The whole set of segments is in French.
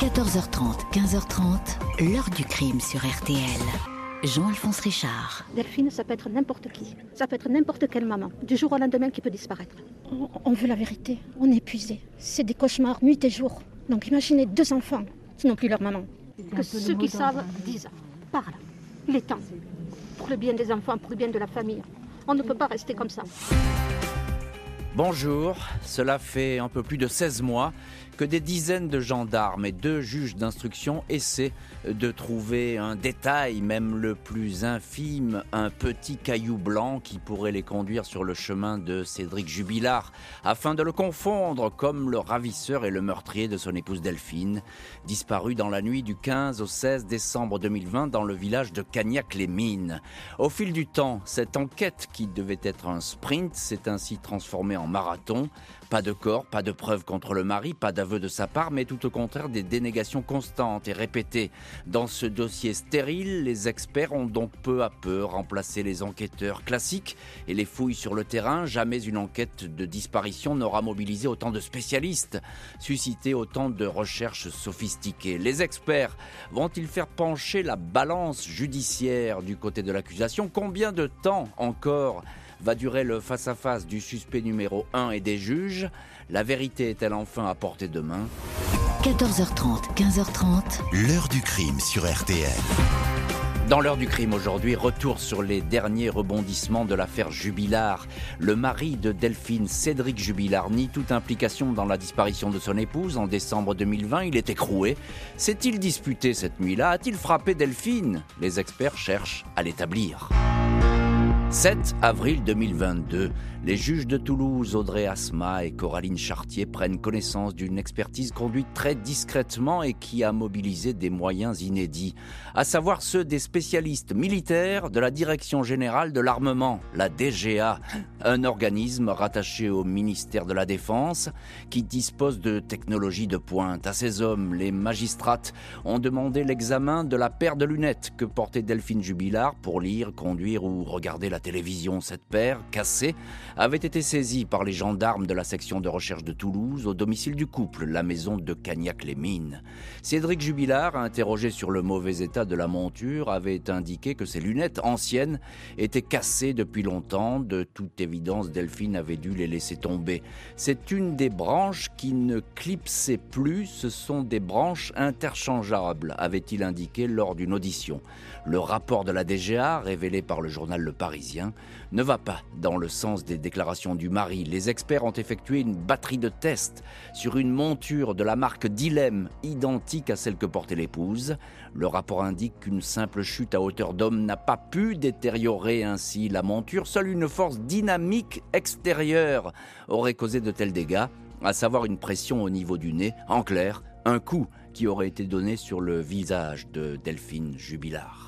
14h30, 15h30, l'heure du crime sur RTL. Jean-Alphonse Richard. Delphine, ça peut être n'importe qui. Ça peut être n'importe quelle maman. Du jour au lendemain qui peut disparaître. On veut la vérité. On est épuisé. C'est des cauchemars nuit et jour. Donc imaginez 2 enfants qui n'ont plus leur maman. Que ceux qui savent disent. Parle. Il est temps. Pour le bien des enfants, pour le bien de la famille. On ne peut pas rester comme ça. Bonjour, cela fait un peu plus de 16 mois que des dizaines de gendarmes et 2 juges d'instruction essaient de trouver un détail, même le plus infime, un petit caillou blanc qui pourrait les conduire sur le chemin de Cédric Jubilard, afin de le confondre comme le ravisseur et le meurtrier de son épouse Delphine, disparu dans la nuit du 15 au 16 décembre 2020 dans le village de Cagnac-les-Mines. Au fil du temps, cette enquête qui devait être un sprint s'est ainsi transformée en marathon. Pas de corps, pas de preuves contre le mari, pas d'aveu de sa part, mais tout au contraire des dénégations constantes et répétées. Dans ce dossier stérile, les experts ont donc peu à peu remplacé les enquêteurs classiques et les fouilles sur le terrain. Jamais une enquête de disparition n'aura mobilisé autant de spécialistes, suscité autant de recherches sophistiquées. Les experts vont-ils faire pencher la balance judiciaire du côté de l'accusation ? Combien de temps encore va durer le face-à-face du suspect numéro 1 et des juges ? La vérité est-elle enfin à portée de main ? 14h30, 15h30, l'heure du crime sur RTL. Dans l'heure du crime aujourd'hui, retour sur les derniers rebondissements de l'affaire Jubilard. Le mari de Delphine, Cédric Jubilard, nie toute implication dans la disparition de son épouse en décembre 2020. Il est écroué. S'est-il disputé cette nuit-là ? A-t-il frappé Delphine ? Les experts cherchent à l'établir. 7 avril 2022, les juges de Toulouse, Audrey Asma et Coraline Chartier, prennent connaissance d'une expertise conduite très discrètement et qui a mobilisé des moyens inédits, à savoir ceux des spécialistes militaires de la Direction Générale de l'Armement, la DGA, un organisme rattaché au ministère de la Défense qui dispose de technologies de pointe. À ces hommes, les magistrates ont demandé l'examen de la paire de lunettes que portait Delphine Jubilard pour lire, conduire ou regarder la télévision. Cette paire, cassée, avait été saisie par les gendarmes de la section de recherche de Toulouse au domicile du couple, la maison de Cagnac-les-Mines. Cédric Jubilard, interrogé sur le mauvais état de la monture, avait indiqué que ces lunettes anciennes étaient cassées depuis longtemps. De toute évidence, Delphine avait dû les laisser tomber. C'est une des branches qui ne clipsait plus, ce sont des branches interchangeables, avait-il indiqué lors d'une audition. Le rapport de la DGA, révélé par le journal Le Parisien, ne va pas dans le sens des déclarations du mari. Les experts ont effectué une batterie de tests sur une monture de la marque Dilem, identique à celle que portait l'épouse. Le rapport indique qu'une simple chute à hauteur d'homme n'a pas pu détériorer ainsi la monture. Seule une force dynamique extérieure aurait causé de tels dégâts, à savoir une pression au niveau du nez. En clair, un coup qui aurait été donné sur le visage de Delphine Jubilard.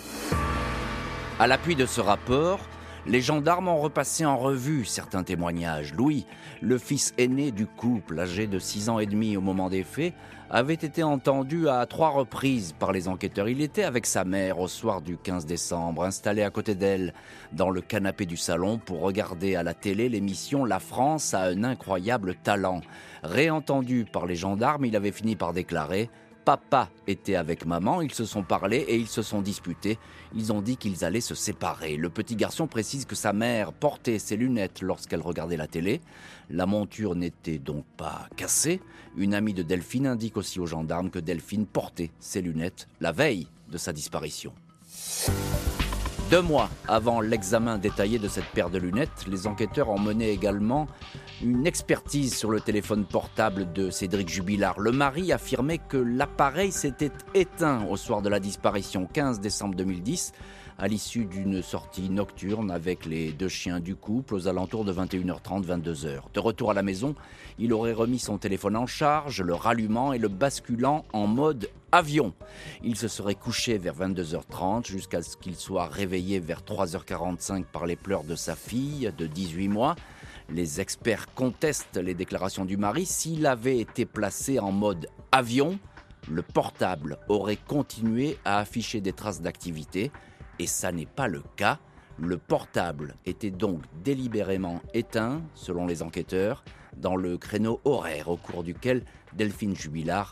À l'appui de ce rapport, les gendarmes ont repassé en revue certains témoignages. Louis, le fils aîné du couple, âgé de 6 ans et demi au moment des faits, avait été entendu à 3 reprises par les enquêteurs. Il était avec sa mère au soir du 15 décembre, installé à côté d'elle dans le canapé du salon pour regarder à la télé l'émission « La France a un incroyable talent ». Réentendu par les gendarmes, il avait fini par déclarer « Papa était avec maman, ils se sont parlé et ils se sont disputés. Ils ont dit qu'ils allaient se séparer. » Le petit garçon précise que sa mère portait ses lunettes lorsqu'elle regardait la télé. La monture n'était donc pas cassée. Une amie de Delphine indique aussi aux gendarmes que Delphine portait ses lunettes la veille de sa disparition. 2 mois avant l'examen détaillé de cette paire de lunettes, les enquêteurs ont mené également une expertise sur le téléphone portable de Cédric Jubilard. Le mari affirmait que l'appareil s'était éteint au soir de la disparition, 15 décembre 2010, à l'issue d'une sortie nocturne avec les 2 chiens du couple aux alentours de 21h30, 22h. De retour à la maison, il aurait remis son téléphone en charge, le rallumant et le basculant en mode avion. Il se serait couché vers 22h30 jusqu'à ce qu'il soit réveillé vers 3h45 par les pleurs de sa fille de 18 mois. Les experts contestent les déclarations du mari. S'il avait été placé en mode avion, le portable aurait continué à afficher des traces d'activité. Et ça n'est pas le cas. Le portable était donc délibérément éteint, selon les enquêteurs, dans le créneau horaire au cours duquel Delphine Jubilard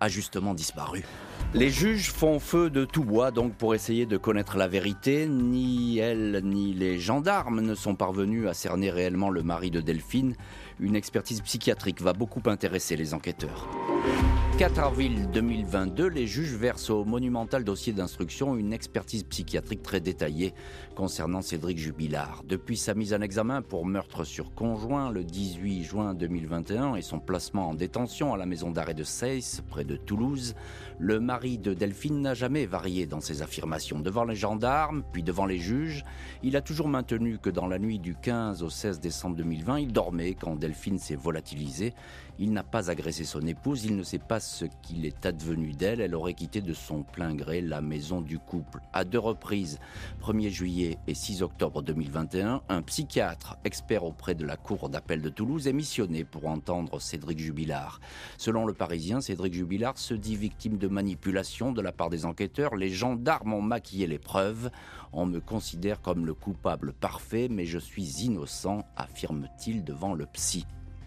a justement disparu. Les juges font feu de tout bois donc pour essayer de connaître la vérité. Ni elle ni les gendarmes ne sont parvenus à cerner réellement le mari de Delphine. Une expertise psychiatrique va beaucoup intéresser les enquêteurs. 4 avril 2022, les juges versent au monumental dossier d'instruction une expertise psychiatrique très détaillée concernant Cédric Jubilard. Depuis sa mise en examen pour meurtre sur conjoint le 18 juin 2021 et son placement en détention à la maison d'arrêt de Seyss, près de Toulouse, le mari de Delphine n'a jamais varié dans ses affirmations. Devant les gendarmes, puis devant les juges, il a toujours maintenu que dans la nuit du 15 au 16 décembre 2020, il dormait quand Delphine s'est volatilisée. Il n'a pas agressé son épouse, il ne sait pas ce qu'il est advenu d'elle. Elle aurait quitté de son plein gré la maison du couple. À 2 reprises, 1er juillet et 6 octobre 2021, un psychiatre, expert auprès de la Cour d'appel de Toulouse, est missionné pour entendre Cédric Jubilard. Selon le Parisien, Cédric Jubilard se dit victime de manipulation de la part des enquêteurs. Les gendarmes ont maquillé les preuves. On me considère comme le coupable parfait, mais je suis innocent, affirme-t-il devant le psy.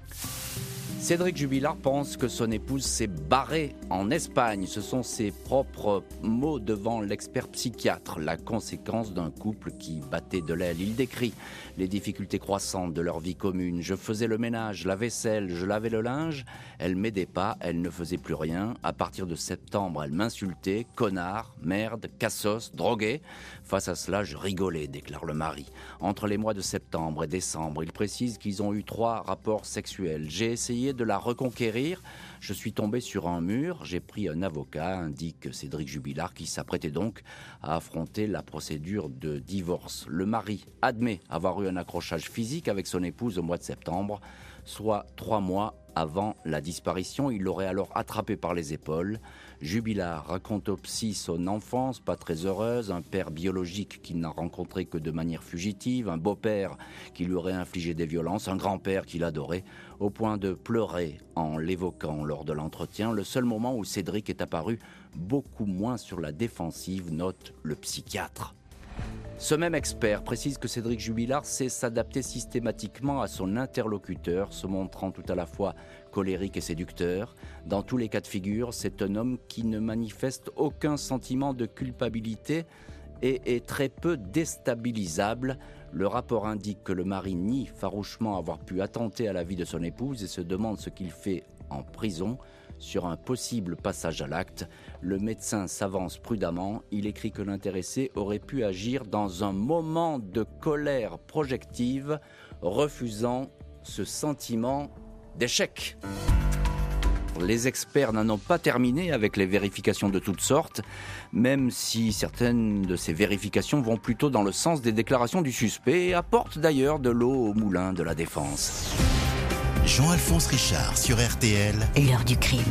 Cédric Jubilard pense que son épouse s'est barrée en Espagne. Ce sont ses propres mots devant l'expert psychiatre, la conséquence d'un couple qui battait de l'aile. Il décrit les difficultés croissantes de leur vie commune. Je faisais le ménage, la vaisselle, je lavais le linge. Elle m'aidait pas, elle ne faisait plus rien. À partir de septembre, elle m'insultait, connard, merde, cassos, drogué. Face à cela, je rigolais, déclare le mari. Entre les mois de septembre et décembre, il précise qu'ils ont eu 3 rapports sexuels. J'ai essayé de la reconquérir. Je suis tombé sur un mur. J'ai pris un avocat, indique Cédric Jubilard, qui s'apprêtait donc à affronter la procédure de divorce. Le mari admet avoir eu un accrochage physique avec son épouse au mois de septembre, soit 3 mois avant la disparition. Il l'aurait alors attrapé par les épaules. Jubilard raconte au psy son enfance pas très heureuse, un père biologique qu'il n'a rencontré que de manière fugitive, un beau-père qui lui aurait infligé des violences, un grand-père qu'il adorait, au point de pleurer en l'évoquant lors de l'entretien. Le seul moment où Cédric est apparu beaucoup moins sur la défensive, note le psychiatre. Ce même expert précise que Cédric Jubilard sait s'adapter systématiquement à son interlocuteur, se montrant tout à la fois colérique et séducteur. Dans tous les cas de figure, c'est un homme qui ne manifeste aucun sentiment de culpabilité et est très peu déstabilisable. Le rapport indique que le mari nie farouchement avoir pu attenter à la vie de son épouse et se demande ce qu'il fait en prison. Sur un possible passage à l'acte, le médecin s'avance prudemment. Il écrit que l'intéressé aurait pu agir dans un moment de colère projective, refusant ce sentiment d'échec. Les experts n'en ont pas terminé avec les vérifications de toutes sortes, même si certaines de ces vérifications vont plutôt dans le sens des déclarations du suspect et apportent d'ailleurs de l'eau au moulin de la défense. Jean-Alphonse Richard sur RTL. L'heure du crime.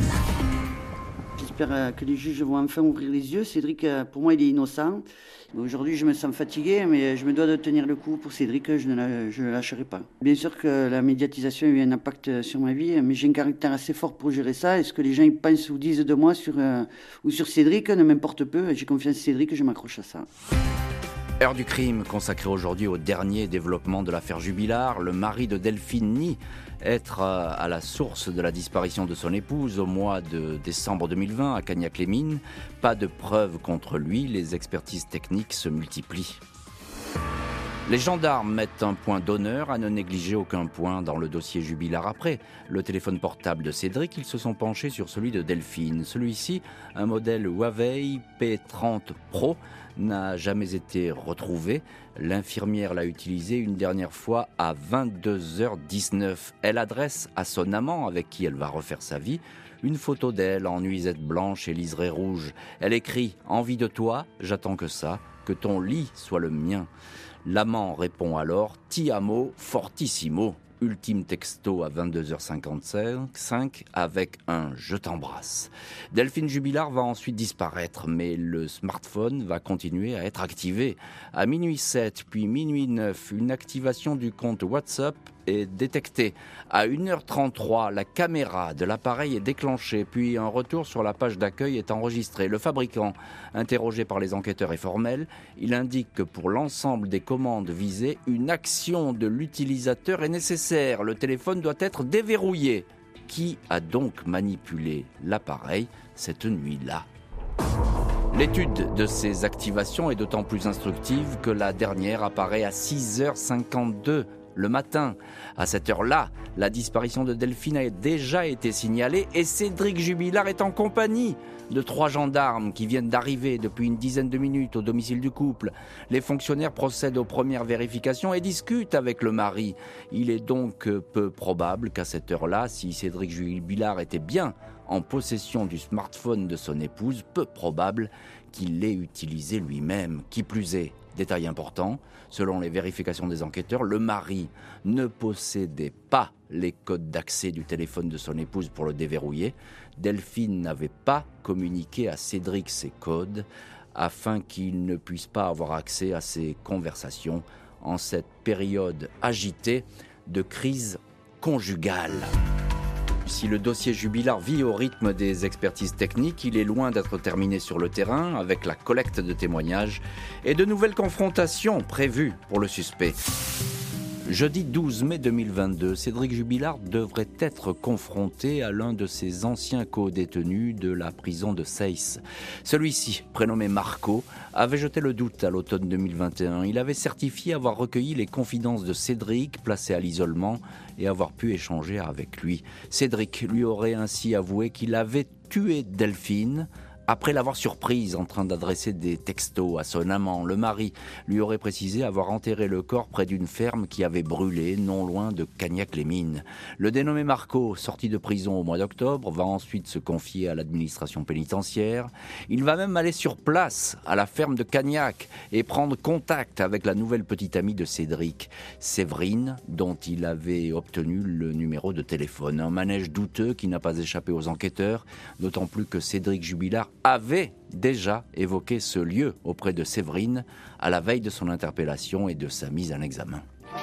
J'espère que les juges vont enfin ouvrir les yeux. Cédric, pour moi, il est innocent. Aujourd'hui, je me sens fatigué, mais je me dois de tenir le coup pour Cédric. Je ne le lâcherai pas. Bien sûr que la médiatisation a eu un impact sur ma vie, mais j'ai un caractère assez fort pour gérer ça. Et ce que les gens ils pensent ou disent de moi ou sur Cédric ne m'importe peu. J'ai confiance en Cédric et je m'accroche à ça. Heure du crime consacrée aujourd'hui au dernier développement de l'affaire Jubilard. Le mari de Delphine nie être à la source de la disparition de son épouse au mois de décembre 2020 à Cagnac-les-Mines. Pas de preuves contre lui, les expertises techniques se multiplient. Les gendarmes mettent un point d'honneur à ne négliger aucun point dans le dossier Jubilard. Après le téléphone portable de Cédric, ils se sont penchés sur celui de Delphine. Celui-ci, un modèle Huawei P30 Pro, n'a jamais été retrouvé. L'infirmière l'a utilisé une dernière fois à 22h19. Elle adresse à son amant, avec qui elle va refaire sa vie, une photo d'elle en nuisette blanche et liseré rouge. Elle écrit « Envie de toi, j'attends que ça, que ton lit soit le mien ». L'amant répond alors « Ti amo fortissimo ». Ultime texto à 22h55 avec un « Je t'embrasse ». Delphine Jubilard va ensuite disparaître, mais le smartphone va continuer à être activé. À minuit 7, puis minuit 9, une activation du compte WhatsApp est détectée. À 1h33, la caméra de l'appareil est déclenchée, puis un retour sur la page d'accueil est enregistré. Le fabricant, interrogé par les enquêteurs, est formel. Il indique que pour l'ensemble des commandes visées, une action de l'utilisateur est nécessaire. Le téléphone doit être déverrouillé. Qui a donc manipulé l'appareil cette nuit-là ? L'étude de ces activations est d'autant plus instructive que la dernière apparaît à 6h52 le matin. À cette heure-là, la disparition de Delphine a déjà été signalée et Cédric Jubilard est en compagnie de 3 gendarmes qui viennent d'arriver depuis une dizaine de minutes au domicile du couple. Les fonctionnaires procèdent aux premières vérifications et discutent avec le mari. Il est donc peu probable qu'à cette heure-là, si Cédric Jubilard était bien en possession du smartphone de son épouse, peu probable qu'il l'ait utilisé lui-même. Qui plus est, détail important, selon les vérifications des enquêteurs, le mari ne possédait pas les codes d'accès du téléphone de son épouse pour le déverrouiller. Delphine n'avait pas communiqué à Cédric ces codes afin qu'il ne puisse pas avoir accès à ses conversations en cette période agitée de crise conjugale. Si le dossier Jubilard vit au rythme des expertises techniques, il est loin d'être terminé sur le terrain avec la collecte de témoignages et de nouvelles confrontations prévues pour le suspect. Jeudi 12 mai 2022, Cédric Jubilard devrait être confronté à l'un de ses anciens co-détenus de la prison de Seyss. Celui-ci, prénommé Marco, avait jeté le doute à l'automne 2021. Il avait certifié avoir recueilli les confidences de Cédric, placé à l'isolement, et avoir pu échanger avec lui. Cédric lui aurait ainsi avoué qu'il avait tué Delphine après l'avoir surprise en train d'adresser des textos à son amant. Le mari lui aurait précisé avoir enterré le corps près d'une ferme qui avait brûlé, non loin de Cagnac-les-Mines. Le dénommé Marco, sorti de prison au mois d'octobre, va ensuite se confier à l'administration pénitentiaire. Il va même aller sur place, à la ferme de Cagnac, et prendre contact avec la nouvelle petite amie de Cédric, Séverine, dont il avait obtenu le numéro de téléphone. Un manège douteux qui n'a pas échappé aux enquêteurs, d'autant plus que Cédric Jubilard avait déjà évoqué ce lieu auprès de Séverine à la veille de son interpellation et de sa mise en examen.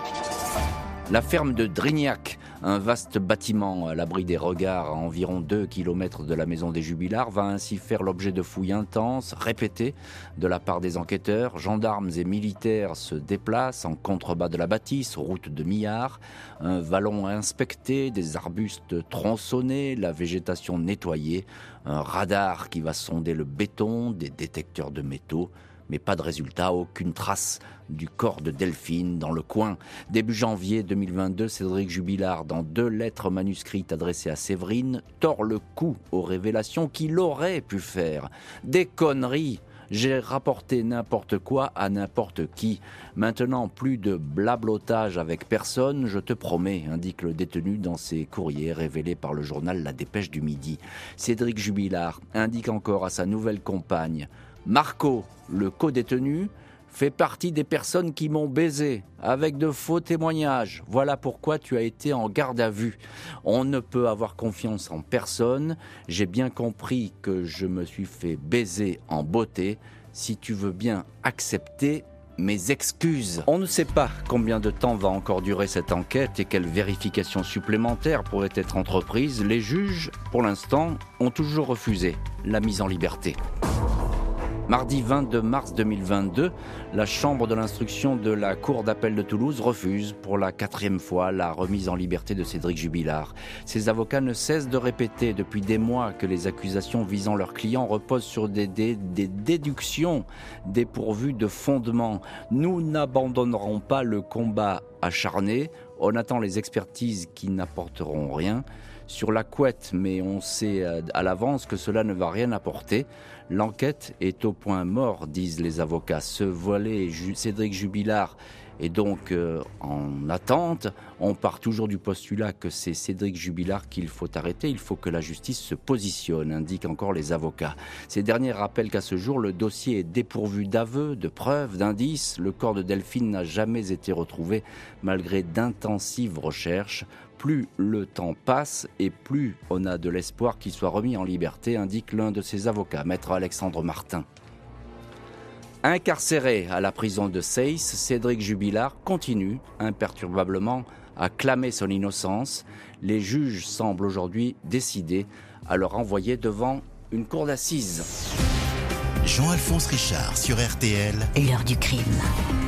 La ferme de Drignac, un vaste bâtiment à l'abri des regards à environ 2 km de la maison des Jubilards, va ainsi faire l'objet de fouilles intenses, répétées de la part des enquêteurs. Gendarmes et militaires se déplacent en contrebas de la bâtisse, route de Millard. Un vallon inspecté, des arbustes tronçonnés, la végétation nettoyée, un radar qui va sonder le béton, des détecteurs de métaux. Mais pas de résultat, aucune trace du corps de Delphine dans le coin. Début janvier 2022, Cédric Jubilard, dans 2 lettres manuscrites adressées à Séverine, tord le cou aux révélations qu'il aurait pu faire. Des conneries. J'ai rapporté n'importe quoi à n'importe qui. Maintenant, plus de blablotage avec personne, je te promets, indique le détenu dans ses courriers révélés par le journal La Dépêche du Midi. Cédric Jubilard indique encore à sa nouvelle compagne: Marco, le co-détenu, fait partie des personnes qui m'ont baisé, avec de faux témoignages. Voilà pourquoi tu as été en garde à vue. On ne peut avoir confiance en personne. J'ai bien compris que je me suis fait baiser en beauté. Si tu veux bien accepter mes excuses. On ne sait pas combien de temps va encore durer cette enquête et quelles vérifications supplémentaires pourraient être entreprises. Les juges, pour l'instant, ont toujours refusé la mise en liberté. Mardi 22 mars 2022, la chambre de l'instruction de la Cour d'appel de Toulouse refuse pour la 4e fois la remise en liberté de Cédric Jubilard. Ses avocats ne cessent de répéter depuis des mois que les accusations visant leurs clients reposent sur des déductions dépourvues de fondement. Nous n'abandonnerons pas le combat acharné. On attend les expertises qui n'apporteront rien. Sur la couette, mais on sait à l'avance que cela ne va rien apporter. L'enquête est au point mort, disent les avocats. Ce volet, Cédric Jubilard, est donc en attente. On part toujours du postulat que c'est Cédric Jubilard qu'il faut arrêter. Il faut que la justice se positionne, indiquent encore les avocats. Ces derniers rappellent qu'à ce jour, le dossier est dépourvu d'aveux, de preuves, d'indices. Le corps de Delphine n'a jamais été retrouvé malgré d'intensives recherches. Plus le temps passe et plus on a de l'espoir qu'il soit remis en liberté, indique l'un de ses avocats, maître Alexandre Martin. Incarcéré à la prison de Seyss, Cédric Jubilard continue imperturbablement à clamer son innocence. Les juges semblent aujourd'hui décidés à le renvoyer devant une cour d'assises. Jean-Alphonse Richard sur RTL. L'heure du crime.